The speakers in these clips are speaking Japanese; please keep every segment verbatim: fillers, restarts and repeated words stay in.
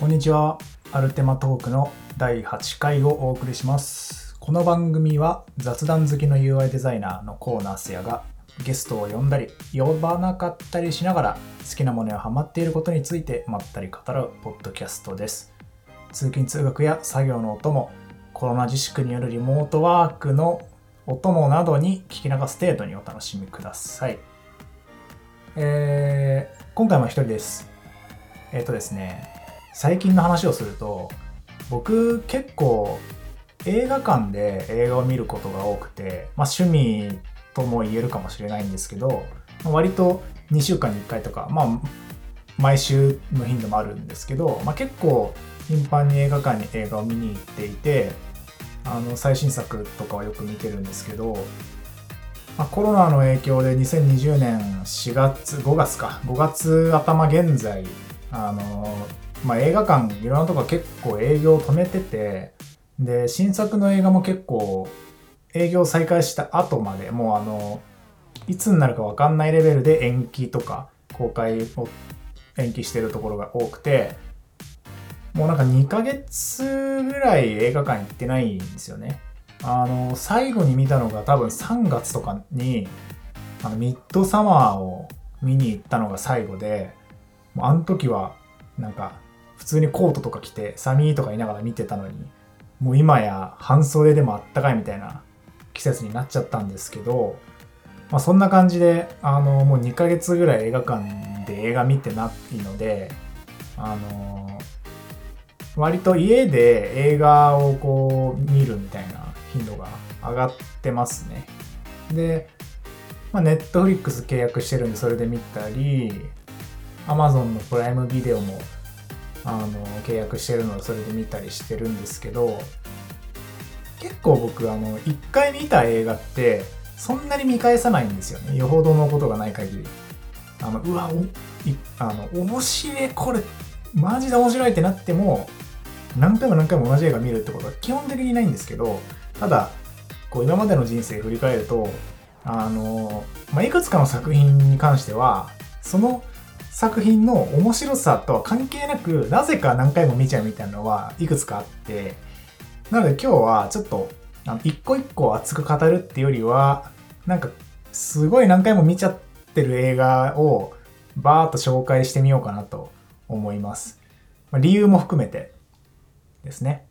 こんにちは。アルテマトークのだいはちかいをお送りします。この番組は雑談好きの ユーアイ デザイナーのコーナースヤがゲストを呼んだり呼ばなかったりしながら好きなものやハマっていることについてまったり語らうポッドキャストです。通勤通学や作業のお供、コロナ自粛によるリモートワークのお供などに聞き流す程度にお楽しみください。えー、今回も一人です。えっとですね、最近の話をすると、僕結構映画館で映画を見ることが多くて、まあ趣味とも言えるかもしれないんですけど、割とにしゅうかんにいっかいとか、まあ毎週の頻度もあるんですけど、まあ結構頻繁に映画館に映画を見に行っていて、あの最新作とかはよく見てるんですけど、まあ、コロナの影響でにせんにじゅうねんしがつ、ごがつか、ごがつ頭現在、あのまあ、映画館いろんなとこ結構営業を止めてて、で新作の映画も結構営業再開した後までもうあのいつになるか分かんないレベルで延期とか公開を延期してるところが多くて、もうなんかにかげつぐらい映画館行ってないんですよね。あの最後に見たのが多分さんがつとかにあのミッドサマーを見に行ったのが最後で、もうあの時はなんか普通にコートとか着て寒いとか言いながら見てたのに、もう今や半袖でもあったかいみたいな季節になっちゃったんですけど、まあ、そんな感じであのもうにかげつぐらい映画館で映画見てないので、あの割と家で映画をこう見るみたいな頻度が上がってますね。で、まあ、Netflix 契約してるんでそれで見たり、Amazon のプライムビデオもあの契約してるのでそれで見たりしてるんですけど、結構僕あのいっかい見た映画ってそんなに見返さないんですよね。よほどのことがない限り。あのうわおいあの面白い、これマジで面白いってなっても何回も何回も同じ映画見るってことは基本的にないんですけど、ただこう今までの人生振り返るとあの、まあ、いくつかの作品に関してはその作品の面白さとは関係なくなぜか何回も見ちゃうみたいなのはいくつかあって、なので今日はちょっと一個一個熱く語るっていうよりは、なんかすごい何回も見ちゃってる映画をバーッと紹介してみようかなと思います。理由も含めてですね。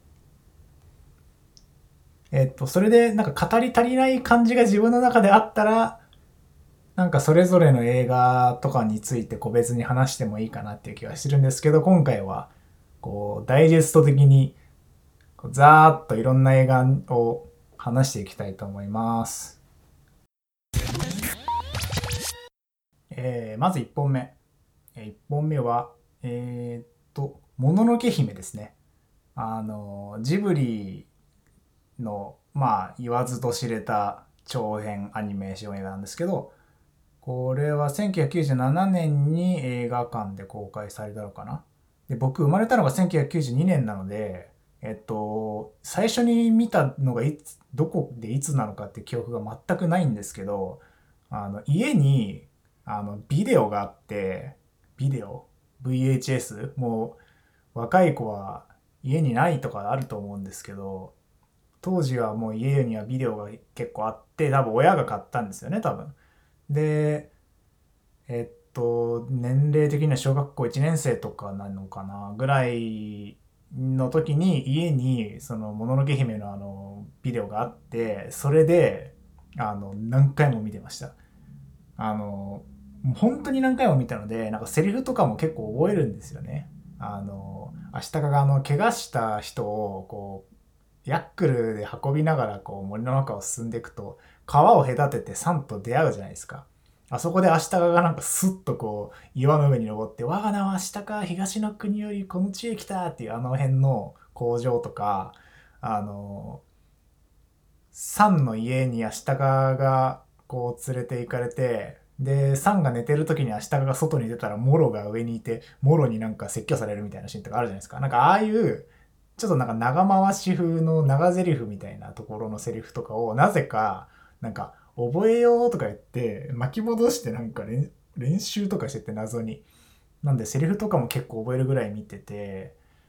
えっとそれでなんか語り足りない感じが自分の中であったら、なんかそれぞれの映画とかについて個別に話してもいいかなっていう気がしてるんですけど、今回はこうダイジェスト的にざーっといろんな映画を話していきたいと思います。えー、まずいっぽんめ。いっぽんめは、えー、っと、もののけ姫ですね。あの、ジブリの、まあ、言わずと知れた長編アニメーション映画なんですけど、これはせんきゅうひゃくきゅうじゅうななねんに映画館で公開されたのかな。で、僕生まれたのがせんきゅうひゃくきゅうじゅうにねんなので、えっと、最初に見たのがいつ、どこでいつなのかって記憶が全くないんですけど、あの、家に、あの、ビデオがあって、ビデオ ブイエイチエス もう若い子は家にないとかあると思うんですけど、当時はもう家にはビデオが結構あって、多分親が買ったんですよね、多分。で、えっと、年齢的には小学校いちねん生とかなのかなぐらいの時に家にそのもののけ姫のあのビデオがあって、それであの何回も見てました。あの、本当に何回も見たので、なんかセリフとかも結構覚えるんですよね。あの、アシタカがあの怪我した人をこうヤックルで運びながらこう森の中を進んでいくと、川を隔ててサンと出会うじゃないですか。あそこでアシタカがなんかスッとこう岩の上に登って、我が名はアシタカ、東の国よりこの地へ来たっていうあの辺の工場とか、あのサンの家にアシタカがこう連れて行かれて、でサンが寝てる時にアシタカが外に出たらモロが上にいて、モロになんか説教されるみたいなシーンとかあるじゃないですか。なんかああいうちょっとなんか長回し風の長台詞みたいなところのセリフとかをなぜかなんか覚えようとか言って巻き戻してなんか練練習とかしてて、謎に。なんでセリフとかも結構覚えるぐらい見てて、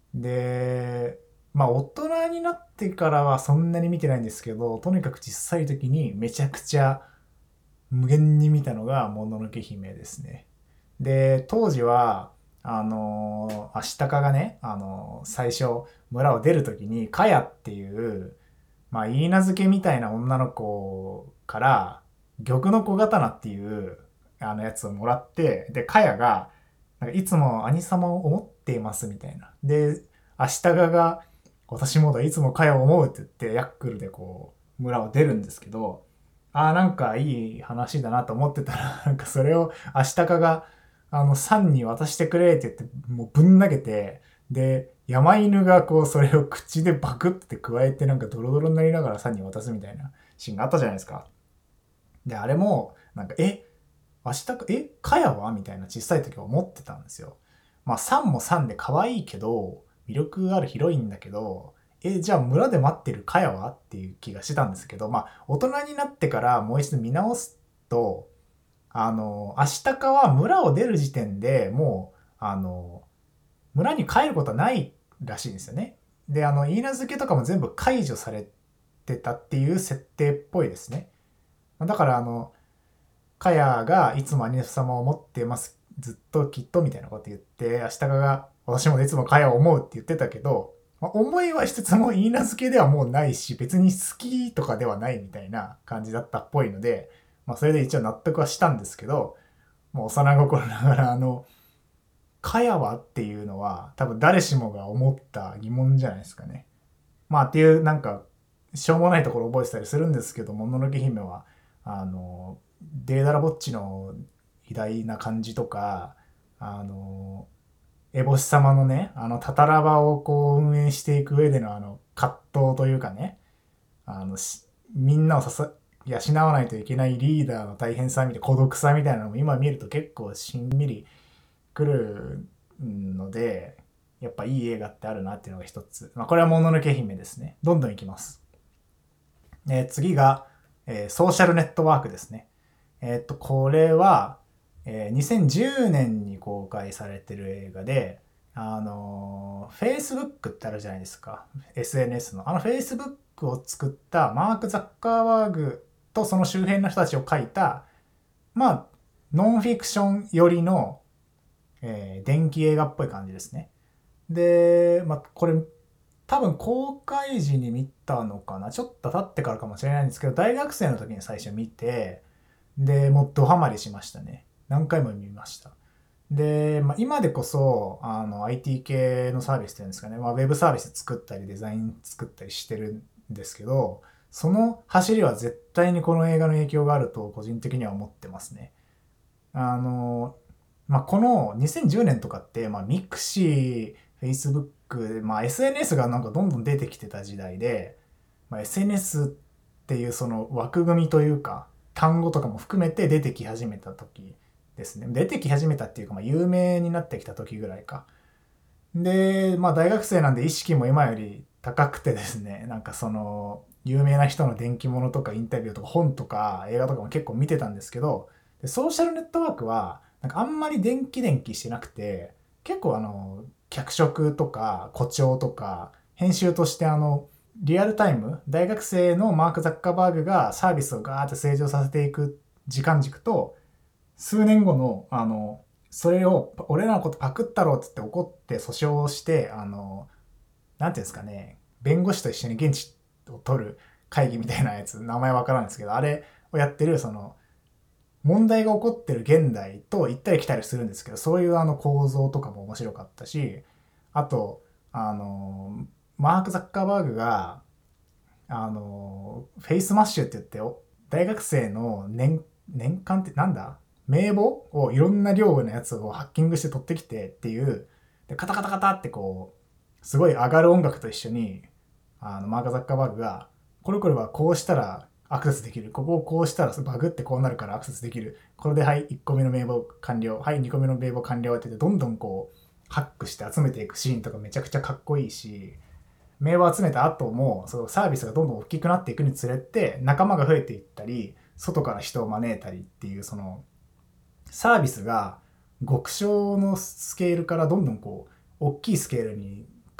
で、まあ大人になってからはそんなに見てないんですけど、とにかく小さい時にめちゃくちゃ無限に見たのがもののけ姫ですね。で、当時は、あのー、アシタカがね、あのー、最初村を出る時にカヤっていう、まあ、言い名付けみたいな女の子から玉の小刀っていうあのやつをもらって、でカヤがなんかいつも兄様を思っていますみたいな。でアシタカが私もだいつもカヤを思うって言ってヤックルでこう村を出るんですけど、ああなんかいい話だなと思ってたらなんかそれをアシタカがあのサンに渡してくれって言ってもうぶん投げて、で山犬がこうそれを口でバクって加えてなんかドロドロになりながらサンに渡すみたいなシーンがあったじゃないですか。であれもなんかえ明日かえカヤはみたいな小さい時は思ってたんですよ。まあサンもサンで可愛いけど魅力あるヒロインだけど、えじゃあ村で待ってるカヤはっていう気がしてたんですけど、まあ大人になってからもう一度見直すと、あのアシタカは村を出る時点でもうあの村に帰ることはないらしいんですよね。で、あの、言い名付けとかも全部解除されてたっていう設定っぽいですね。だから、あの、カヤがいつも兄様を思ってます。ずっときっとみたいなこと言って、アシタカが私もいつもカヤを思うって言ってたけど、まあ、思いはしつつも言い名付けではもうないし、別に好きとかではないみたいな感じだったっぽいので、まあ、それで一応納得はしたんですけど、もう幼心ながら、あの、かやはっていうのは多分誰しもが思った疑問じゃないですかね。まあっていうなんかしょうもないところ覚えてたりするんですけど、もののけ姫はあのデーダラボッチの偉大な感じとか、あのエボシ様のね、あのタタラバをこう運営していく上でのあの葛藤というかね、あのみんなをさ養わないといけないリーダーの大変さみたいな孤独さみたいなのも今見ると結構しんみりくるので、やっぱいい映画ってあるなっていうのが一つ。まあ、これはもののけ姫ですね。どんどんいきます。えー次が、えーソーシャルネットワークですね。えーっと、これは、えーにせんじゅうねんに公開されてる映画で、あのー、Facebook ってあるじゃないですか。エスエヌエス の。あの Facebook を作ったマーク・ザッカーバーグとその周辺の人たちを書いた、まあ、ノンフィクション寄りのえー電気映画っぽい感じですね。で、まあ、これ、多分公開時に見たのかな、ちょっと経ってからかもしれないんですけど、大学生の時に最初見て、で、もうドハマりしましたね。何回も見ました。で、まあ、今でこそ、あの、アイティー 系のサービスっていうんですかね、まあ、ウェブサービス作ったり、デザイン作ったりしてるんですけど、その走りは絶対にこの映画の影響があると、個人的には思ってますね。あの、まあ、このにせんじゅうねんとかって、まあ、ミクシー、Facebook、まあ、エスエヌエス がなんかどんどん出てきてた時代で、まあ、エスエヌエス っていうその枠組みというか、単語とかも含めて出てき始めた時ですね。出てき始めたっていうか、まあ、有名になってきた時ぐらいか。で、まあ、大学生なんで意識も今より高くてですね、なんかその、有名な人の伝記物とかインタビューとか本とか映画とかも結構見てたんですけど、でソーシャルネットワークは、なんかあんまり電気電気してなくて、結構あの、脚色とか誇張とか、編集としてあの、リアルタイム、大学生のマーク・ザッカーバーグがサービスをガーって成長させていく時間軸と、数年後の、あの、それを、俺らのことパクったろうっつって怒って訴訟をして、あの、なんていうんですかね、弁護士と一緒に現地を取る会議みたいなやつ、名前わからんですけど、あれをやってる、その、問題が起こってる現代と行ったり来たりするんですけど、そういうあの構造とかも面白かったし、あと、あの、マーク・ザッカーバーグが、あの、フェイスマッシュって言って、大学生の年、年間ってなんだ名簿をいろんな量のやつをハッキングして取ってきてっていう、で、カタカタカタってこう、すごい上がる音楽と一緒に、あの、マーク・ザッカーバーグが、これこれはこうしたらアクセスできる。ここをこうしたらバグってこうなるからアクセスできる。これではい、いっこめの名簿完了。はい、にこめの名簿完了って言って、どんどんこう、ハックして集めていくシーンとかめちゃくちゃかっこいいし、名簿を集めた後も、そのサービスがどんどん大きくなっていくにつれて、仲間が増えていったり、外から人を招いたりっていう、その、サービスが極小のスケールからどんどんこう、大きいスケールに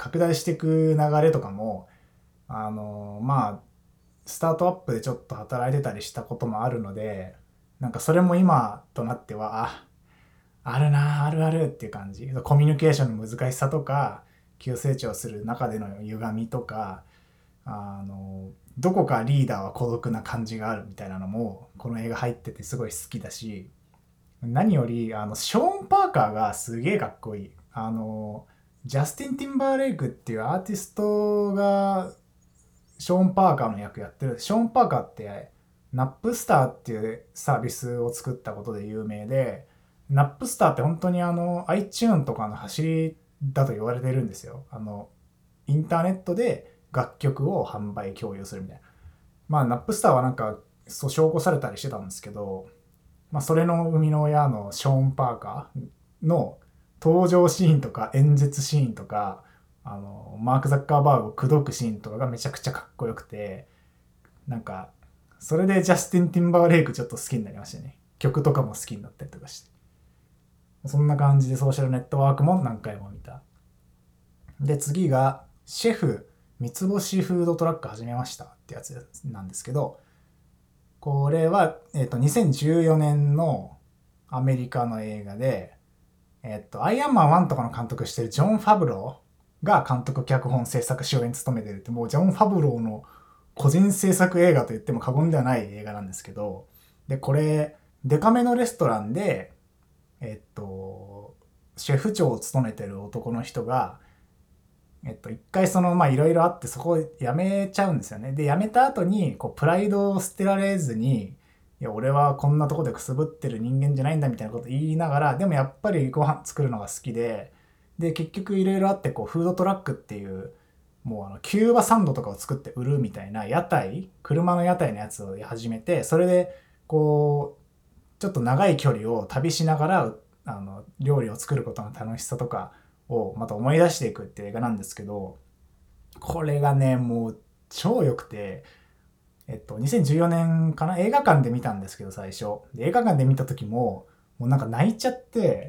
拡大していく流れとかも、あの、まあ、スタートアップでちょっと働いてたりしたこともあるので、なんかそれも今となっては、あ、あるな、あるあるっていう感じ。コミュニケーションの難しさとか、急成長する中での歪みとか、あの、どこかリーダーは孤独な感じがあるみたいなのも、この映画入っててすごい好きだし、何より、あの、ショーン・パーカーがすげえかっこいい。あの、ジャスティン・ティンバーレイクっていうアーティストが、ショーン・パーカーの役やってる。ショーン・パーカーって、ナップスターっていうサービスを作ったことで有名で、ナップスターって本当にあの iTunes とかの走りだと言われてるんですよ。あの、インターネットで楽曲を販売共有するみたいな。まあ、ナップスターはなんか訴訟起こされたりしてたんですけど、まあ、それの生みの親のショーン・パーカーの登場シーンとか演説シーンとか、あの、マーク・ザッカーバーグを口説くシーンとかがめちゃくちゃかっこよくて、なんか、それでジャスティン・ティンバーレイクちょっと好きになりましたね。曲とかも好きになったりとかして。そんな感じでソーシャルネットワークも何回も見た。で、次が、シェフ、三つ星フードトラック始めましたってやつなんですけど、これは、えっと、にせんじゅうよねんのアメリカの映画で、えっと、アイアンマンワンとかの監督してるジョン・ファブローが監督、脚本、制作、主演務めてるって、もうジョン・ファブローの個人制作映画と言っても過言ではない映画なんですけど、で、これ、デカめのレストランで、えっと、シェフ長を務めてる男の人が、えっと、一回その、まあ、いろいろあって、そこを辞めちゃうんですよね。で、辞めた後に、こう、プライドを捨てられずに、いや、俺はこんなとこでくすぶってる人間じゃないんだみたいなこと言いながら、でもやっぱりご飯作るのが好きで、で、結局いろいろあって、こう、フードトラックっていう、もうあの、キューバサンドとかを作って売るみたいな屋台、車の屋台のやつを始めて、それで、こう、ちょっと長い距離を旅しながら、あの、料理を作ることの楽しさとかをまた思い出していくっていう映画なんですけど、これがね、もう超良くて、えっと、にせんじゅうよねんかな、映画館で見たんですけど、最初。で、映画館で見た時も、もうなんか泣いちゃって、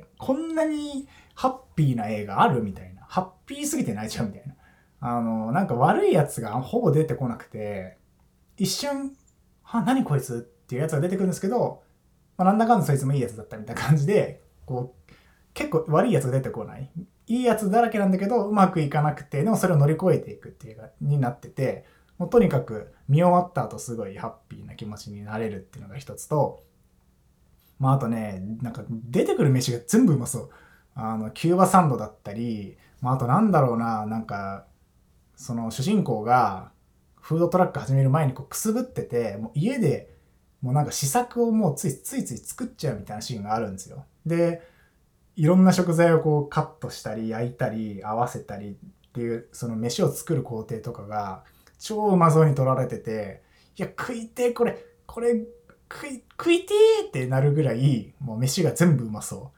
こんなにハッピーな映画あるみたいな。ハッピーすぎて泣いちゃうみたいな。あの、なんか悪いやつがほぼ出てこなくて、一瞬、は、何こいつっていうやつが出てくるんですけど、まあ、なんだかんだそいつもいいやつだったみたいな感じで、こう、結構悪いやつが出てこない。いいやつだらけなんだけど、うまくいかなくて、でもそれを乗り越えていくっていうか、になってて、もうとにかく見終わった後すごいハッピーな気持ちになれるっていうのが一つと、まああとね、なんか出てくる飯が全部うまそう。あの、キューバサンドだったり、まああとなんだろうな、なんか、その主人公がフードトラック始める前にこうくすぶってて、もう家でもうなんか試作をもうついついつい作っちゃうみたいなシーンがあるんですよ。で、いろんな食材をこうカットしたり焼いたり合わせたりっていうその飯を作る工程とかが超うまそうに撮られてて、いや食いてーこれこれ食い食いてーってなるぐらいもう飯が全部うまそう。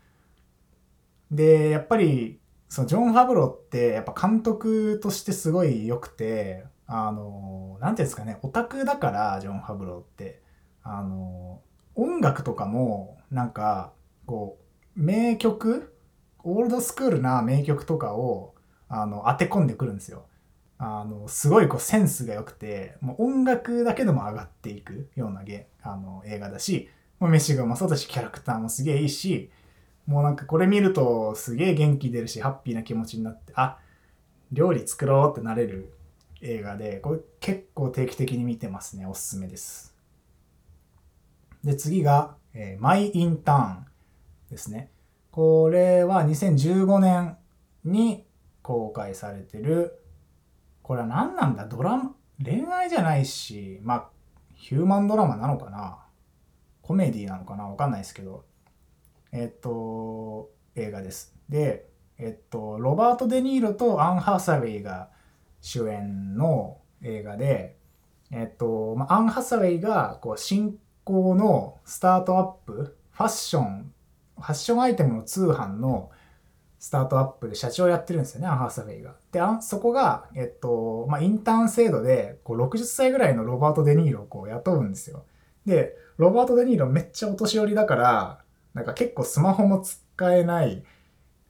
で、やっぱりそのジョン・ファブローってやっぱ監督としてすごい良くて、あのなんていうんですかね、オタクだからジョン・ファブローってあの音楽とかもなんかこう名曲、オールドスクールな名曲とかをあの当て込んでくるんですよ。あのすごいこうセンスが良くて、もう音楽だけでも上がっていくようなゲあの映画だし、もう飯がうまそうだし、キャラクターもすげえいいし、もうなんかこれ見るとすげえ元気出るし、ハッピーな気持ちになって、あ、料理作ろうってなれる映画で、これ結構定期的に見てますね。おすすめです。で、次が、えー、マイ・インターンですね。これはにせんじゅうごねんに公開されてる、これは何なんだ、ドラマ、恋愛じゃないし、まあ、ヒューマンドラマなのかな、コメディなのかな、わかんないですけど、えっと、映画です。で、えっと、ロバート・デ・ニーロとアン・ハサウェイが主演の映画で、えっと、まあ、アン・ハサウェイがこう新興のスタートアップ、ファッション、ファッションアイテムの通販のスタートアップで社長をやってるんですよね、アン・ハサウェイが。で、そこが、えっと、まあ、インターン制度で、こうろくじゅっさいぐらいのロバート・デ・ニーロをこう雇うんですよ。で、ロバート・デ・ニーロめっちゃお年寄りだから、なんか結構スマホも使えない、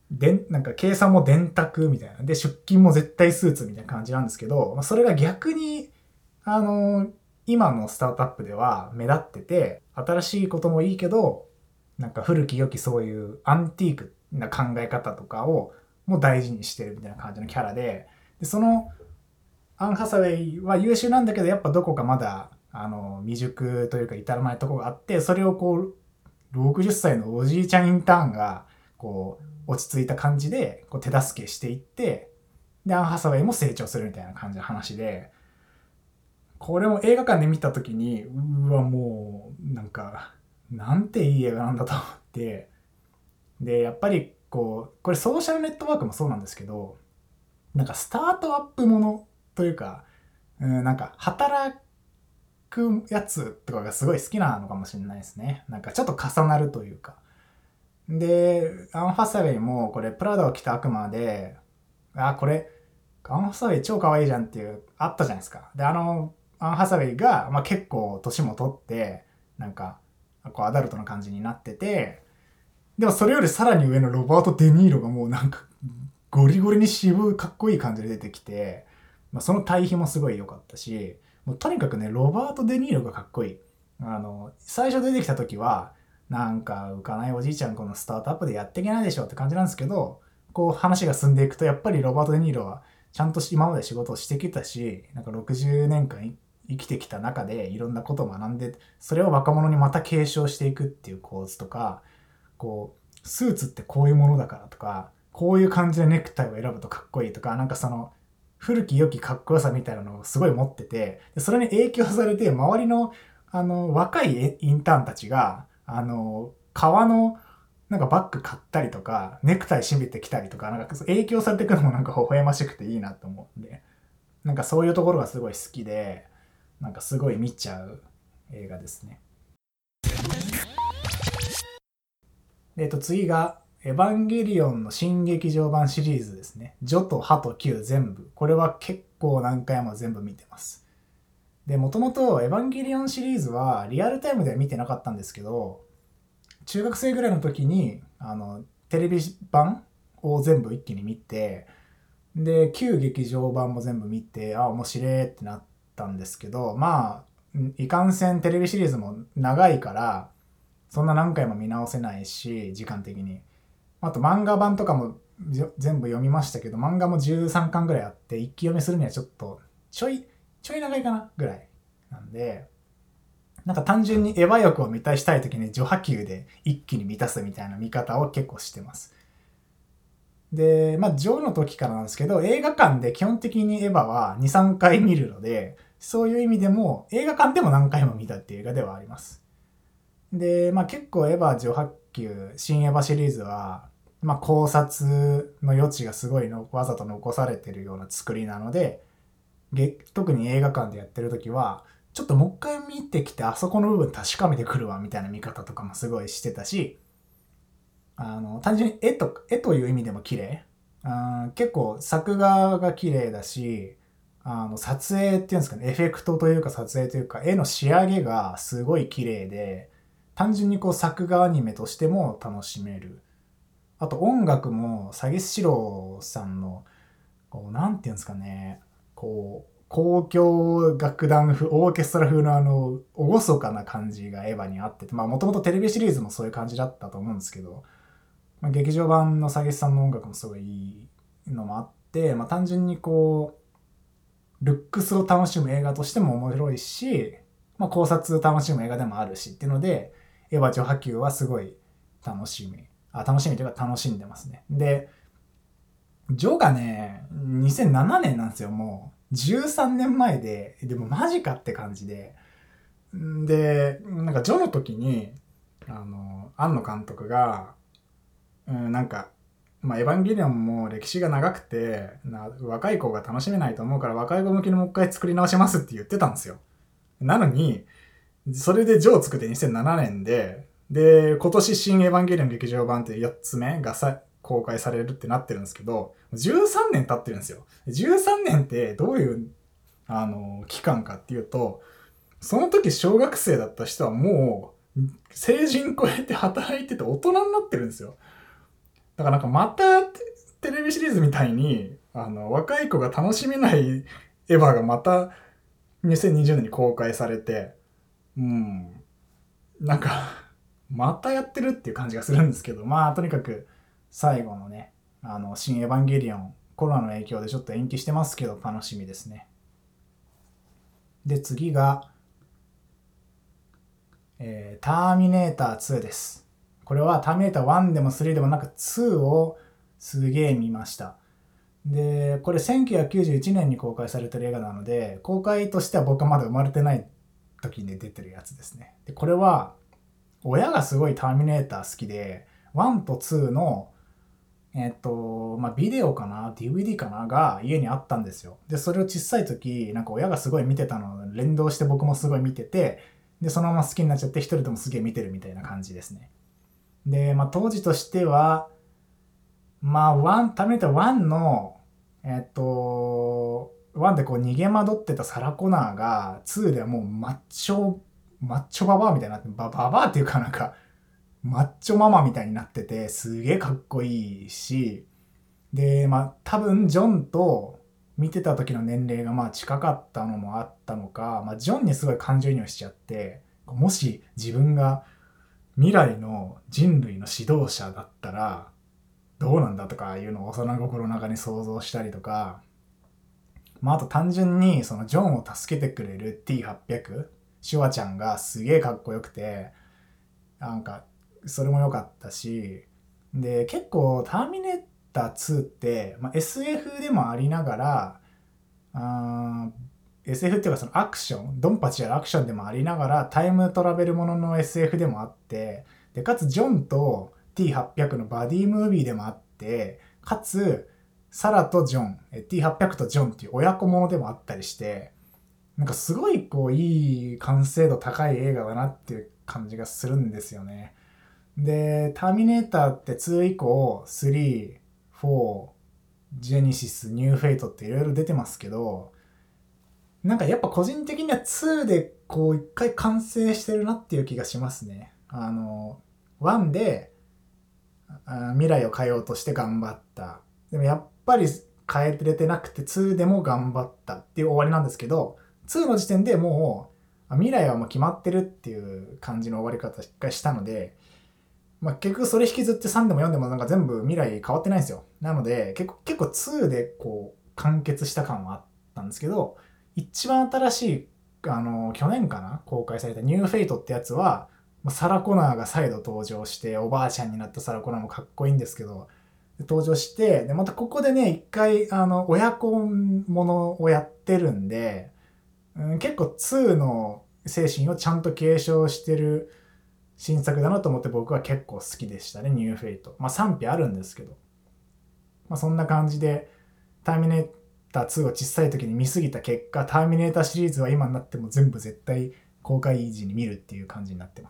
でなんか計算も電卓みたいな。で、出勤も絶対スーツみたいな感じなんですけど、まあ、それが逆に、あの、今のスタートアップでは目立ってて、新しいこともいいけど、なんか古き良きそういうアンティークな考え方とかをもう大事にしてるみたいな感じのキャラで、でそのアン・ハサウェイは優秀なんだけど、やっぱどこかまだあの未熟というか至らないところがあって、それをこうろくじゅっさいのおじいちゃんインターンがこう落ち着いた感じでこう手助けしていって、でアン・ハサウェイも成長するみたいな感じの話で、これも映画館で見た時に、うわもうなんかなんていい映画なんだと思って、でやっぱりこうこれソーシャルネットワークもそうなんですけど、なんかスタートアップものというか、うん、なんか働くやつとかがすごい好きなのかもしれないですね。なんかちょっと重なるというか。で、アン・ハサウェイもこれプラダを着た悪魔で、あ、これ、アン・ハサウェイ超可愛いじゃんっていう、あったじゃないですか。で、あの、アン・ハサウェイが、まあ、結構年も取って、なんか、こうアダルトな感じになってて、でもそれよりさらに上のロバート・デ・ニーロがもうなんか、ゴリゴリに渋いかっこいい感じで出てきて、まあ、その対比もすごい良かったし、もうとにかくね、ロバート・デ・ニーロがかっこいい。あの、最初出てきた時は、なんか浮かないおじいちゃんこのスタートアップでやっていけないでしょって感じなんですけど、こう話が進んでいくと、やっぱりロバート・デ・ニーロはちゃんと今まで仕事をしてきたし、なんかろくじゅうねんかん生きてきた中でいろんなことを学んで、それを若者にまた継承していくっていう構図とか、こう、スーツってこういうものだからとか、こういう感じでネクタイを選ぶとかっこいいとか、なんかその、古き良きかっこよさみたいなのをすごい持ってて、それに影響されて、周りの、あの、若いインターンたちが、あの、革の、なんかバッグ買ったりとか、ネクタイ締めてきたりとか、なんか影響されていくのもなんか微笑ましくていいなと思うんで、なんかそういうところがすごい好きで、なんかすごい見ちゃう映画ですね。えっと、次が、エヴァンゲリオンの新劇場版シリーズですね。ジョとハとキュー全部。これは結構何回も全部見てます。で、もともとエヴァンゲリオンシリーズはリアルタイムでは見てなかったんですけど、中学生ぐらいの時に、あの、テレビ版を全部一気に見て、で、旧劇場版も全部見て、あ、面白いってなったんですけど、まあ、いかんせんテレビシリーズも長いから、そんな何回も見直せないし、時間的に。あと漫画版とかも全部読みましたけど、漫画もじゅうさんかんぐらいあって、一気読みするにはちょっと、ちょい、ちょい長いかなぐらい。なんで、なんか単純にエヴァ欲を満たしたい時に序波球で一気に満たすみたいな見方を結構してます。で、まあ、ジョーの時からなんですけど、映画館で基本的にエヴァはに、さんかい見るので、そういう意味でも映画館でも何回も見たっていう映画ではあります。で、まあ結構エヴァ序波球、新エヴァシリーズは、まあ考察の余地がすごいのわざと残されてるような作りなので、特に映画館でやってる時は、ちょっともう一回見てきてあそこの部分確かめてくるわみたいな見方とかもすごいしてたし、あの単純に絵と絵という意味でも綺麗。あ結構作画が綺麗だし、あの撮影っていうんですかね、エフェクトというか撮影というか絵の仕上げがすごい綺麗で、単純にこう作画アニメとしても楽しめる。あと音楽もサゲシロさんのこうなんていうんですかね、こう交響楽団風、オーケストラ風のあの厳かな感じがエヴァにあってて、まあもともとテレビシリーズもそういう感じだったと思うんですけど、まあ、劇場版のサゲシさんの音楽もすごいいいのもあって、まあ単純にこうルックスを楽しむ映画としても面白いし、まあ考察を楽しむ映画でもあるしっていうので、エヴァ序波球はすごい楽しみ。あ、楽しみというか楽しんでますね。で、ジョがね、にせんななねんなんですよ、もう。じゅうさんねんまえで、でもマジかって感じで。で、なんかジョの時に、あの、庵野監督が、うん、なんか、まあ、エヴァンゲリオンも歴史が長くてな、若い子が楽しめないと思うから若い子向けにもう一回作り直しますって言ってたんですよ。なのに、それでジョーを作ってにせんななねんで、で、今年新エヴァンゲリオン劇場版ってよっつめがさ公開されるってなってるんですけど、じゅうさんねん経ってるんですよ。じゅうさんねんってどういう、あの、期間かっていうと、その時小学生だった人はもう、成人超えて働いてて大人になってるんですよ。 だからなんかまたテレビシリーズみたいに、あの、若い子が楽しめないエヴァがまたにせんにじゅうねんに公開されて、うん、なんか、またやってるっていう感じがするんですけど、まあ、とにかく、最後のね、あの、新エヴァンゲリオン、コロナの影響でちょっと延期してますけど、楽しみですね。で、次が、えー、ターミネーターツーです。これはターミネーターワンでもスリーでもなくツーをすげえ見ました。で、これせんきゅうひゃくきゅうじゅういちねんに公開されてる映画なので、公開としては僕はまだ生まれてない時に出てるやつですね。で、これは、親がすごいターミネーター好きで、ワンとツーの、えっと、まあ、ビデオかな ディーブイディー かなが家にあったんですよ。で、それを小さい時、なんか親がすごい見てたのを連動して僕もすごい見てて、で、そのまま好きになっちゃって一人でもすげえ見てるみたいな感じですね。で、まあ、当時としては、まあ、ワン、ターミネーターワンの、えっと、ワンでこう逃げ惑ってたサラ・コナーが、ツーではもうマッチョ、マッチョババアみたいになって、バババアっていうかなんか、マッチョママみたいになってて、すげえかっこいいし、で、まあ多分ジョンと見てた時の年齢がまあ近かったのもあったのか、まあジョンにすごい感情移入しちゃって、もし自分が未来の人類の指導者だったらどうなんだとかいうのを幼心の中に想像したりとか、まああと単純にそのジョンを助けてくれる ティーはっぴゃく、シュワちゃんがすげえかっこよくて、なんかそれも良かったし、で結構ターミネーターツーって、まあ、エスエフ でもありながら、あ エスエフ っていうかそのアクション、ドンパチやるアクションでもありながらタイムトラベルものの エスエフ でもあって、でかつジョンと ティーはっぴゃく のバディムービーでもあって、かつサラとジョン、ティーはっぴゃく とジョンっていう親子ものでもあったりして、なんかすごいこういい完成度高い映画だなっていう感じがするんですよね。で、ターミネーターってツー以降、スリー、フォー、ジェニシス、ニューフェイトっていろいろ出てますけど、なんかやっぱ個人的にはツーでこう一回完成してるなっていう気がしますね。あの、ワンであ未来を変えようとして頑張った。でもやっぱり変えれてなくてツーでも頑張ったっていう終わりなんですけど、ツーの時点でもう未来はもう決まってるっていう感じの終わり方一回したので、まあ、結局それ引きずってさんでもよんでもなんか全部未来変わってないんですよ。なので結構結構ツーでこう完結した感はあったんですけど、一番新しいあの去年かな公開されたニューフェイトってやつはサラ・コナーが再度登場しておばあちゃんになったサラ・コナーもかっこいいんですけど、登場してでまたここでね一回あの親子ものをやってるんで、うん、結構ツーの精神をちゃんと継承してる新作だなと思って僕は結構好きでしたね、ニューフェイト。まあ賛否あるんですけど。まあそんな感じで、ターミネーターツーを小さい時に見すぎた結果、ターミネーターシリーズは今になっても全部絶対公開時に見るっていう感じになってます。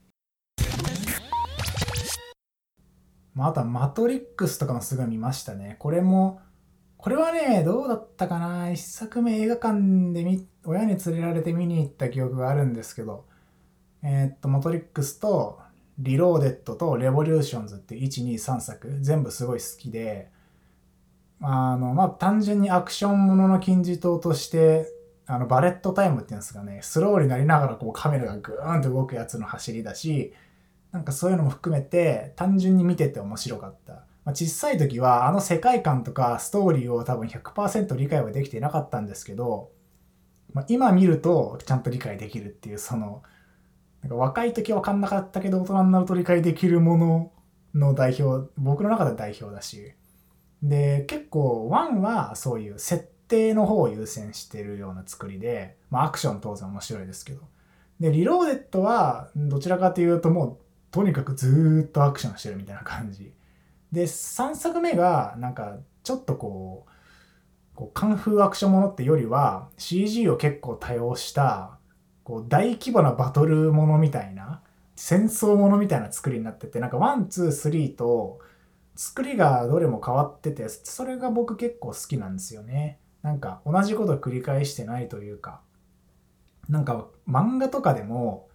まああとはマトリックスとかもすごい見ましたね。これも、これはね、どうだったかな。一作目映画館で見親に連れられて見に行った記憶があるんですけど、えーっと、マトリックスと、リローデッドとレボリューションズっていち、に、さんさく全部すごい好きで、あの、まあ、単純にアクションものの金字塔として、あの、バレットタイムっていうんですかね、スローになりながらこうカメラがグーンと動くやつの走りだし、なんかそういうのも含めて単純に見てて面白かった。まあ、小さい時はあの世界観とかストーリーを多分ひゃくパーセント理解はできていなかったんですけど、まあ、今見るとちゃんと理解できるっていうその、なんか若い時は分かんなかったけど大人になると理解できるものの代表、僕の中では代表だし。で、結構ワンはそういう設定の方を優先してるような作りで、まあアクション当然面白いですけど。で、リローデッドはどちらかというともうとにかくずーっとアクションしてるみたいな感じ。で、さんさくめがなんかちょっとこう、こうカンフーアクションものってよりは シージー を結構多用したこう大規模なバトルものみたいな戦争ものみたいな作りになってて、なんかワン、ツー、スリーと作りがどれも変わってて、それが僕結構好きなんですよね。なんか同じこと繰り返してないというか、なんか漫画とかでも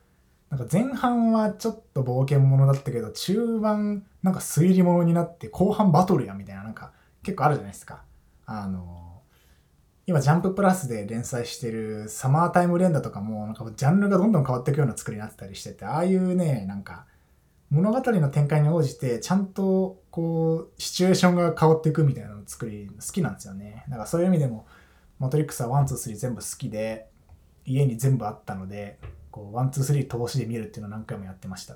なんか前半はちょっと冒険者だったけど、中盤なんか推理者になって後半バトルやみたいな、なんか結構あるじゃないですか。あの、今ジャンププラスで連載してるサマータイム連打とかもなんかジャンルがどんどん変わっていくような作りになってたりしてて、ああいうね、なんか物語の展開に応じてちゃんとこうシチュエーションが変わっていくみたいなの作り好きなんですよね。だからそういう意味でもマトリックスはワンツースリー全部好きで、家に全部あったので、こうワンツースリー投資で見るっていうのを何回もやってました。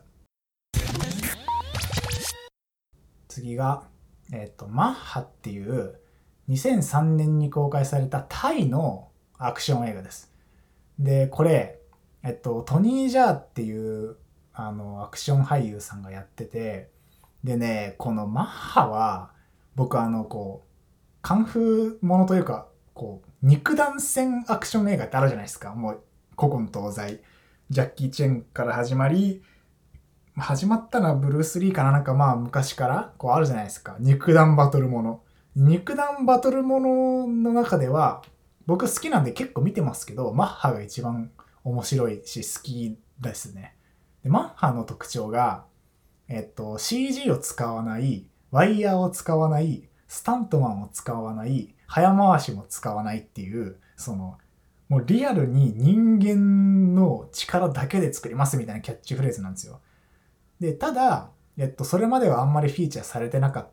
次が、えっと、マッハっていうにせんさんねんに公開されたタイのアクション映画です。で、これ、えっと、トニー・ジャーっていうあのアクション俳優さんがやってて、でね、このマッハは、僕あの、こう、カンフーものというか、こう、肉弾戦アクション映画ってあるじゃないですか。もう、古今東西。ジャッキー・チェンから始まり、始まったのはブルース・リーかな、なんかまあ昔からこうあるじゃないですか。肉弾バトルもの。肉弾バトルものの中では、僕好きなんで結構見てますけど、マッハが一番面白いし好きですね。でマッハの特徴が、えっと、シージー を使わない、ワイヤーを使わない、スタントマンを使わない、早回しも使わないっていう、その、もうリアルに人間の力だけで作りますみたいなキャッチフレーズなんですよ。で、ただ、えっと、それまではあんまりフィーチャーされてなかった、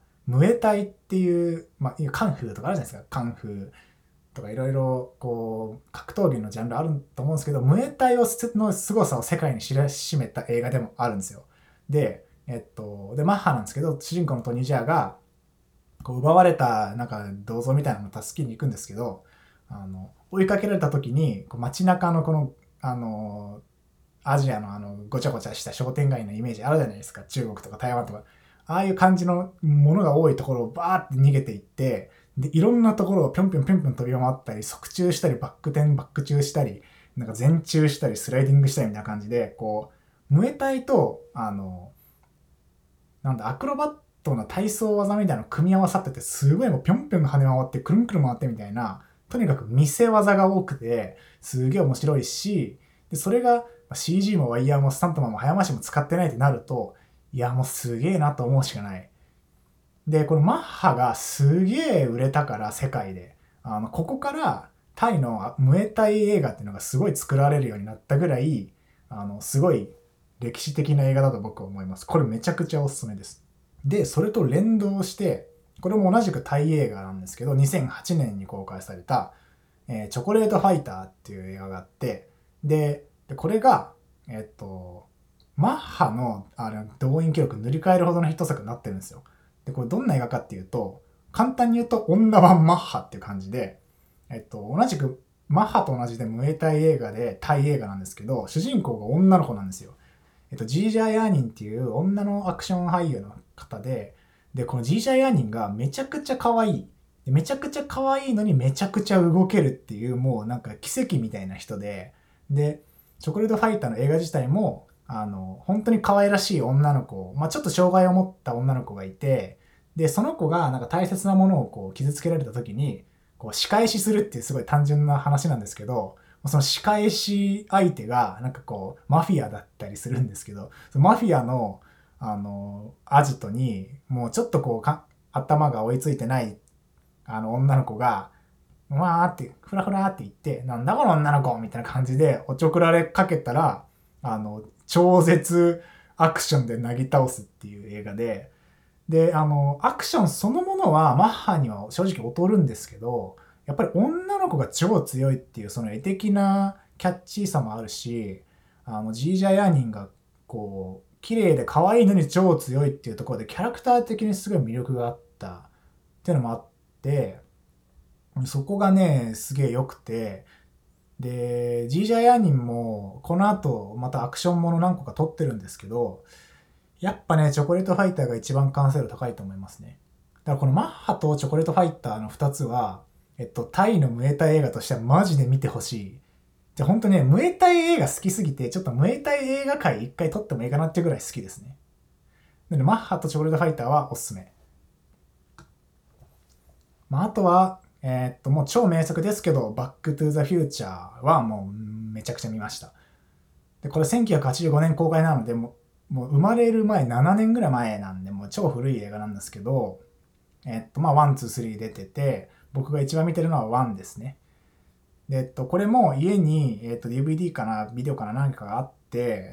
ムエタイっていう、まあ、カンフーとかあるじゃないですか。カンフーとかいろいろ、こう、格闘技のジャンルあると思うんですけど、ムエタイをの凄さを世界に知らしめた映画でもあるんですよ。で、えっと、で、マッハなんですけど、主人公のトニー・ジャーが、こう、奪われた、なんか、銅像みたいなのを助けに行くんですけど、あの、追いかけられた時に、こう街中のこの、あの、アジアのあのごちゃごちゃした商店街のイメージあるじゃないですか。中国とか台湾とか。ああいう感じのものが多いところをバーって逃げていって、で、いろんなところをぴょんぴょんぴょんぴょん飛び回ったり、側宙したり、バック転、バック宙したり、なんか前宙したり、スライディングしたりみたいな感じで、こう、ムエタイと、あの、なんだ、アクロバットな体操技みたいなの組み合わさってて、すごいもうぴょんぴょん跳ね回って、くるんくるん回ってみたいな、とにかく見せ技が多くて、すげえ面白いし、で、それが、シージー もワイヤーもスタントマンも早回しも使ってないってなると、いやもうすげえなと思うしかない。で、このマッハがすげえ売れたから世界で、あの、ここからタイのムエタイ映画っていうのがすごい作られるようになったぐらい、あの、すごい歴史的な映画だと僕は思います。これめちゃくちゃおすすめです。で、それと連動して、これも同じくタイ映画なんですけど、にせんはちねんに公開された、えー、チョコレートファイターっていう映画があって、で、でこれが、えっと、マッハのあれ動員記録塗り替えるほどのヒット作になってるんですよ。で、これどんな映画かっていうと、簡単に言うと女版マッハっていう感じで、えっと、同じくマッハと同じでムエタイ映画でタイ映画なんですけど、主人公が女の子なんですよ。えっと、ジージャー・ヤーニンっていう女のアクション俳優の方で、で、このジージャー・ヤーニンがめちゃくちゃ可愛い。めちゃくちゃ可愛いのにめちゃくちゃ動けるっていう、もうなんか奇跡みたいな人で、で、チョコレートファイターの映画自体も、あの、本当に可愛らしい女の子、まあちょっと障害を持った女の子がいて、で、その子がなんか大切なものをこう傷つけられた時に、こう仕返しするっていうすごい単純な話なんですけど、その仕返し相手がなんかこうマフィアだったりするんですけど、マフィアのあのアジトにもうちょっとこうか頭が追いついてないあの女の子がわーってフラフラって言って、なんだこの女の子みたいな感じでおちょくられかけたら、あの超絶アクションでなぎ倒すっていう映画で、であのアクションそのものはマッハには正直劣るんですけど、やっぱり女の子が超強いっていうその絵的なキャッチーさもあるし、あのジージャー・ヤーニンがこう綺麗で可愛いのに超強いっていうところでキャラクター的にすごい魅力があったっていうのもあって、そこがねすげえ良くて、でジージャー・ヤーニンもこの後またアクションもの何個か撮ってるんですけど、やっぱねチョコレートファイターが一番完成度高いと思いますね。だからこのマッハとチョコレートファイターのふたつは、えっと、タイのムエタイ映画としてはマジで見てほしい。じゃ本当ね、ムエタイ映画好きすぎて、ちょっとムエタイ映画界一回撮ってもいいかなっていうぐらい好きですね。なので、マッハとチョコレートファイターはおすすめ。まあ、あとは、えー、っと、もう超名作ですけど、バックトゥーザフューチャーはもうめちゃくちゃ見ました。 で、これせんきゅうひゃくはちじゅうごねん公開なので、もう、もう生まれる前、ななねんぐらい前なんで、もう超古い映画なんですけど、えっと、まあ、ワン、ツー、スリー出てて、僕が一番見てるのはワンですね。で、えっと、これも家に、えっと、ディーブイディー かな、ビデオかな、何かがあって、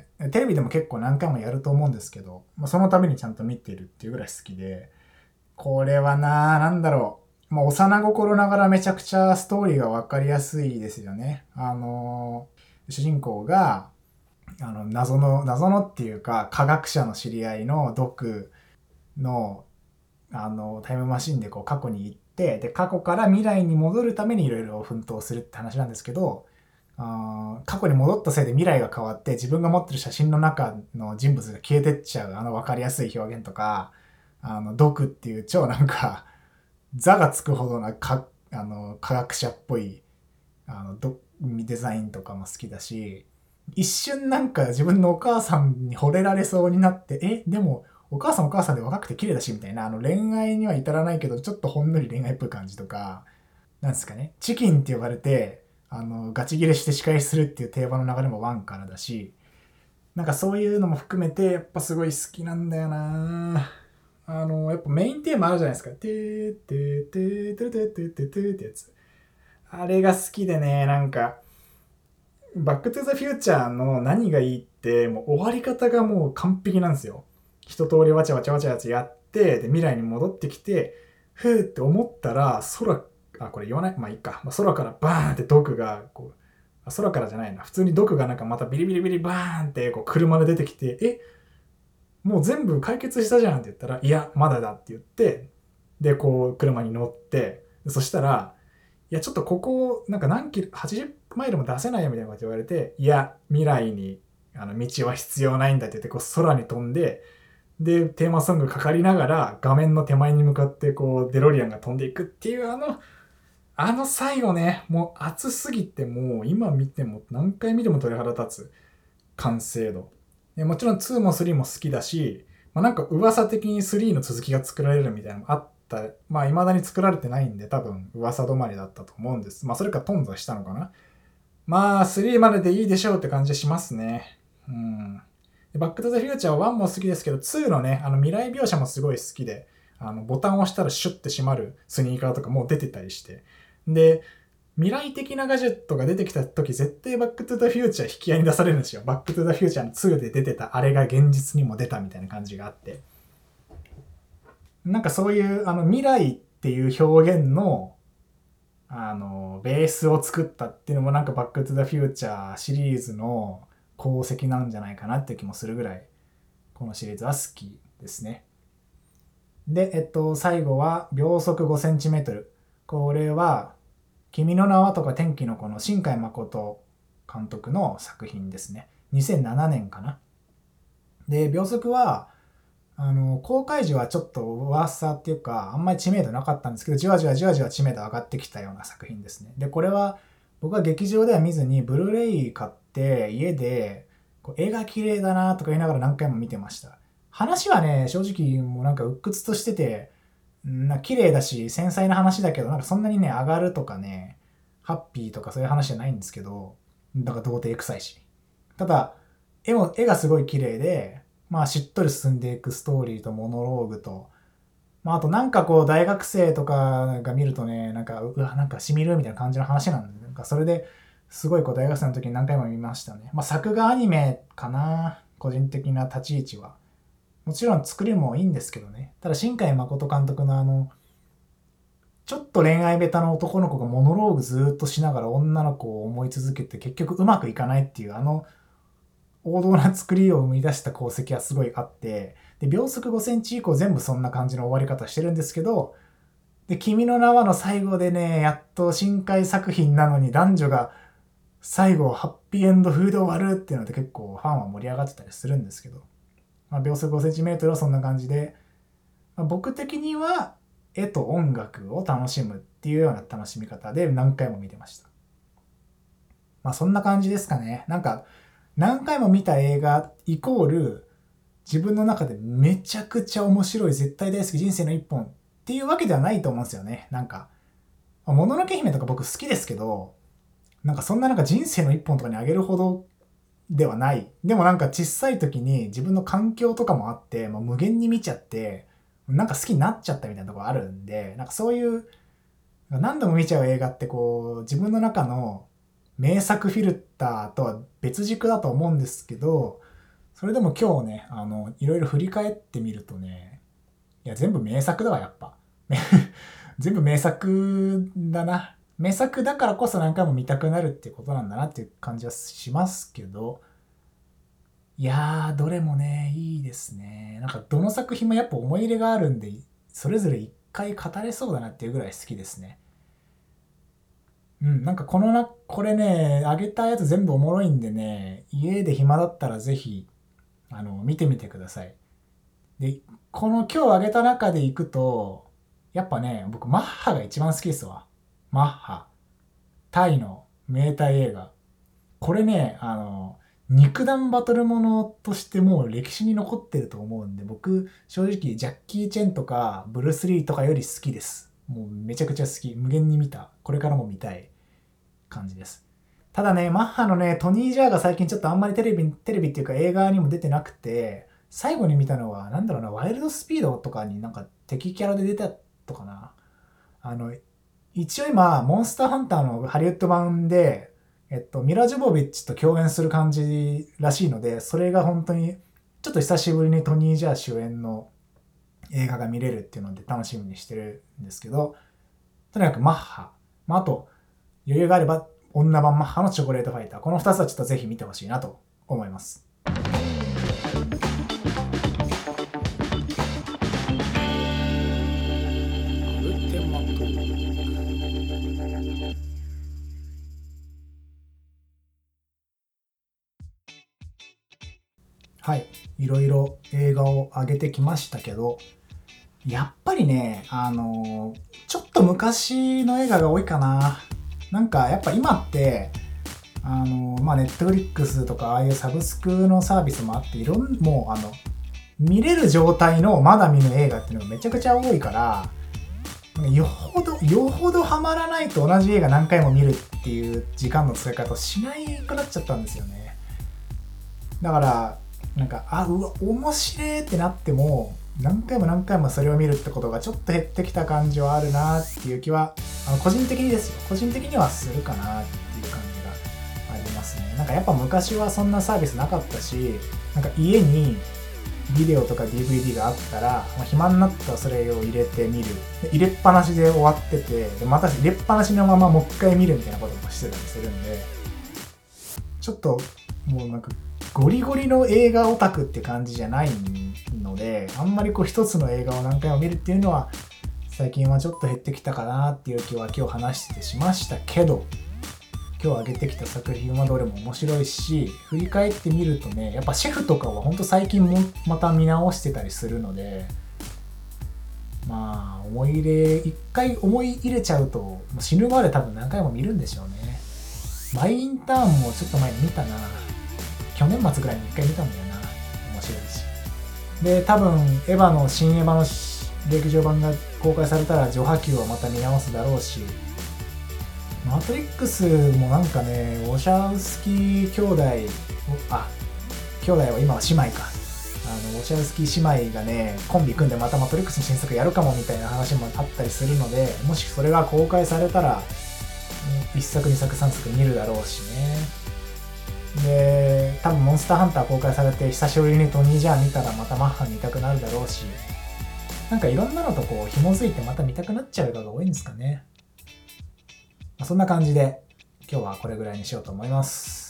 テレビでも結構何回もやると思うんですけど、まあ、その度にちゃんと見てるっていうぐらい好きで、これはなぁ、なんだろう。もう幼心ながらめちゃくちゃストーリーがわかりやすいですよね。あのー、主人公が、あの、謎の、謎のっていうか、科学者の知り合いのドクの、あの、タイムマシンでこう過去に行って、で、過去から未来に戻るためにいろいろ奮闘するって話なんですけど、あ過去に戻ったせいで未来が変わって自分が持ってる写真の中の人物が消えてっちゃうあの分かりやすい表現とか、あの、ドクっていう超なんか、座がつくほどなかあの科学者っぽいあのドデザインとかも好きだし、一瞬なんか自分のお母さんに惚れられそうになって、え、でもお母さんお母さんで若くて綺麗だしみたいな、あの恋愛には至らないけどちょっとほんのり恋愛っぽい感じとか、なんですかね、チキンって呼ばれてあのガチギレして仕返しするっていう定番の流れもワンからだし、なんかそういうのも含めてやっぱすごい好きなんだよな。あのやっぱメインテーマあるじゃないですか。てーてーてーてーてーてーてーてーってやつ。あれが好きでね、なんかバックトゥザフューチャーの何がいいって、もう終わり方がもう完璧なんですよ。一通りわちゃわちゃわちゃわちゃやって、で、未来に戻ってきて、ふーって思ったら、空、あ、これ言わないまあいいか。まあ、空からバーンって毒が、こう、あ、空からじゃないな。普通に毒がなんかまたビリビリビリバーンってこう車で出てきて、え、もう全部解決したじゃんって言ったら、いや、まだだって言って、で、こう車に乗って、そしたら、いや、ちょっとここ、なんか何キロ、はちじゅうマイルも出せないよみたいなこと言われて、いや、未来にあの道は必要ないんだって言って、こう空に飛んで、で、テーマソングかかりながら、画面の手前に向かって、こう、デロリアンが飛んでいくっていう、あの、あの最後ね、もう熱すぎて、もう今見ても、何回見ても鳥肌立つ完成度。でもちろんツーもスリーも好きだし、まあ、なんか噂的にスリーの続きが作られるみたいなのもあった。まあ、未だに作られてないんで、多分噂止まりだったと思うんです。まあ、それか頓挫したのかな。まあ、スリーまででいいでしょうって感じしますね。うん。バックトゥザフューチャーワンも好きですけど、ツーのね、あの未来描写もすごい好きで、あのボタンを押したらシュッて閉まるスニーカーとかもう出てたりして。で、未来的なガジェットが出てきた時、絶対バックトゥザフューチャー引き合いに出されるんですよ。バックトゥザフューチャーのツーで出てたあれが現実にも出たみたいな感じがあって。なんかそういうあの未来っていう表現のあのベースを作ったっていうのもなんかバックトゥザフューチャーシリーズの功績なんじゃないかなって気もするぐらいこのシリーズは好きですね。で、えっと、最後は秒速 ごセンチメートル。これは君の名はとか天気の子の新海誠監督の作品ですね。にせんななねんかな。で、秒速はあの公開時はちょっと噂っていうかあんまり知名度なかったんですけど、じわじわじわじわ知名度上がってきたような作品ですね。で、これは僕は劇場では見ずにブルーレイ買って家でこう絵が綺麗だなとか言いながら何回も見てました。話はね、正直もうなんか鬱屈としてて、な綺麗だし繊細な話だけど、なんかそんなにね、上がるとかね、ハッピーとかそういう話じゃないんですけど、だから童貞臭いし。ただ、絵も、絵がすごい綺麗で、まあしっとり進んでいくストーリーとモノローグと、まああとなんかこう大学生とかが見るとね、なんか、うわ、なんか染みるみたいな感じの話なんで、なんかそれですごいこう大学生の時に何回も見ましたね。まあ作画アニメかな、個人的な立ち位置は。もちろん作りもいいんですけどね。ただ新海誠監督のあの、ちょっと恋愛ベタの男の子がモノローグずーっとしながら女の子を思い続けて結局うまくいかないっていうあの王道な作りを生み出した功績はすごいあって、で、秒速ごセンチ以降全部そんな感じの終わり方してるんですけど、で、君の名はの最後でね、やっと深海作品なのに男女が最後ハッピーエンド風で終わるっていうので結構ファンは盛り上がってたりするんですけど、まあ、秒速ごセンチメートルはそんな感じで、まあ、僕的には絵と音楽を楽しむっていうような楽しみ方で何回も見てました。まあそんな感じですかね。なんか何回も見た映画イコール自分の中でめちゃくちゃ面白い絶対大好き人生の一本っていうわけではないと思うんですよね。なんかもののけ姫とか僕好きですけど、なんかそんななんか人生の一本とかにあげるほどではない。でもなんか小さい時に自分の環境とかもあって、まあ、無限に見ちゃって、なんか好きになっちゃったみたいなところあるんで、なんかそういう、何度も見ちゃう映画ってこう、自分の中の名作フィルターとは別軸だと思うんですけど、それでも今日ね、あの、いろいろ振り返ってみるとね、いや、全部名作だわ、やっぱ。全部名作だな。名作だからこそ何回も見たくなるっていうことなんだなっていう感じはしますけど、いやー、どれもね、いいですね。なんかどの作品もやっぱ思い入れがあるんで、それぞれ一回語れそうだなっていうぐらい好きですね。うん、なんかこのな、これね、あげたやつ全部おもろいんでね、家で暇だったらぜひ、あの、見てみてください。で、この今日あげた中でいくと、やっぱね、僕、マッハが一番好きですわ。マッハ。タイの名タイ映画。これね、あの、肉弾バトルものとしてもう歴史に残ってると思うんで、僕、正直、ジャッキー・チェンとか、ブルース・リーとかより好きです。もうめちゃくちゃ好き。無限に見た。これからも見たい感じです。ただね、マッハのね、トニー・ジャーが最近ちょっとあんまりテレビ、テレビっていうか映画にも出てなくて、最後に見たのは、なんだろうな、ワイルドスピードとかになんか敵キャラで出たとかな。あの、一応今、モンスターハンターのハリウッド版で、えっと、ミラ・ジョボビッチと共演する感じらしいので、それが本当に、ちょっと久しぶりにトニー・ジャー主演の映画が見れるっていうので楽しみにしてるんですけど、とにかくマッハ。まあ、あと、余裕があれば、女版マッハのチョコレートファイター。この二つはちょっとぜひ見てほしいなと思います。はい。いろいろ映画を上げてきましたけど、やっぱりね、あのーちょっと昔の映画が多いかな。なんかやっぱ今って、あのーまあ、ネットフリックスとかああいうサブスクのサービスもあって、いろん、もうあの、見れる状態のまだ見ぬ映画っていうのがめちゃくちゃ多いから、よほど、よほどハマらないと同じ映画何回も見るっていう時間の使い方をしないくなっちゃったんですよね。だから、なんか、あ、うわ、面白いってなっても、何回も何回もそれを見るってことがちょっと減ってきた感じはあるなっていう気は、あの個人的にですよ。個人的にはするかなっていう感じがありますね。なんかやっぱ昔はそんなサービスなかったし、なんか家にビデオとか ディーブイディー があったら、まあ、暇になったらそれを入れてみる。入れっぱなしで終わってて、でまた入れっぱなしのままもう一回見るみたいなこともしてたりするんで、ちょっともうなんかゴリゴリの映画オタクって感じじゃないので、あんまりこう一つの映画を何回も見るっていうのは最近はちょっと減ってきたかなっていう気は今日話しててしましたけど、今日挙げてきた作品はどれも面白いし、振り返ってみるとね、やっぱシェフとかはほんと最近もまた見直してたりするので、まあ思い入れ一回思い入れちゃうともう死ぬまで多分何回も見るんでしょうね。マイインターンもちょっと前に見たな。去年末ぐらいに一回見たんだよな。面白いし。で、多分エヴァの新エヴァの劇場版が公開されたら序波球をまた見直すだろうし、マトリックスもなんかね、ウォシャウスキー兄弟、あ、兄弟は今は姉妹か。あのウォシャウスキー姉妹がね、コンビ組んでまたマトリックスの新作やるかもみたいな話もあったりするので、もしそれが公開されたら、いっさくにさくさんさく見るだろうしね。で、多分モンスターハンター公開されて久しぶりにトニー・ジャー見たらまたマッハ見たくなるだろうし、なんかいろんなのとこう紐づいてまた見たくなっちゃう映画が多いんですかね。まあ、そんな感じで今日はこれぐらいにしようと思います。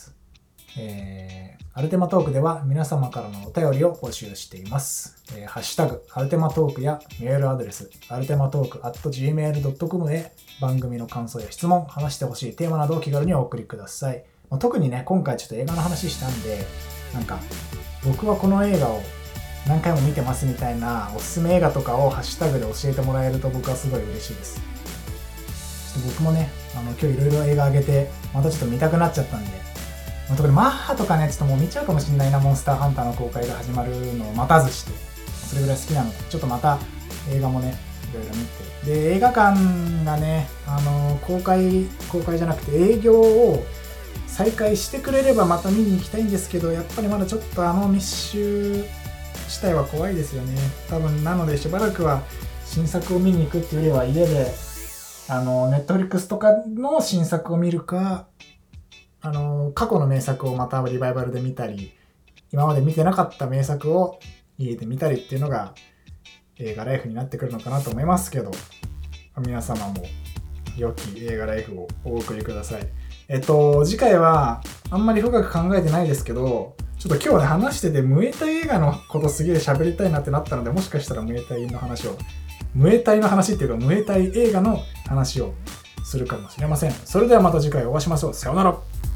えー、アルテマトークでは皆様からのお便りを募集しています。えー、ハッシュタグアルテマトークやメールアドレスアルテマトーク アットジーメールドットコム へ番組の感想や質問、話してほしいテーマなどを気軽にお送りください。まあ、特にね、今回ちょっと映画の話したんで、なんか僕はこの映画を何回も見てますみたいなおすすめ映画とかをハッシュタグで教えてもらえると僕はすごい嬉しいです。ちょっと僕もね、あの今日いろいろ映画上げてまたちょっと見たくなっちゃったんで、まあ、特にマッハとかね、ちょっともう見ちゃうかもしれないな。モンスターハンターの公開が始まるのを待たずして、それぐらい好きなので、ちょっとまた映画もね、いろいろ見て、で映画館がね、あの公開公開じゃなくて営業を再開してくれればまた見に行きたいんですけど、やっぱりまだちょっとあの密集自体は怖いですよね。多分なのでしばらくは新作を見に行くっていうよりは家であのネットフリックスとかの新作を見るか、あの過去の名作をまたリバイバルで見たり、今まで見てなかった名作を家で見たりっていうのが映画ライフになってくるのかなと思いますけど、皆様も良き映画ライフをお送りください。えっと次回はあんまり深く考えてないですけど、ちょっと今日ね話しててムエタイ映画のことすげえ喋りたいなってなったので、もしかしたらムエタイの話をムエタイの話っていうかムエタイ映画の話をするかもしれません。それではまた次回お会いしましょう。さようなら。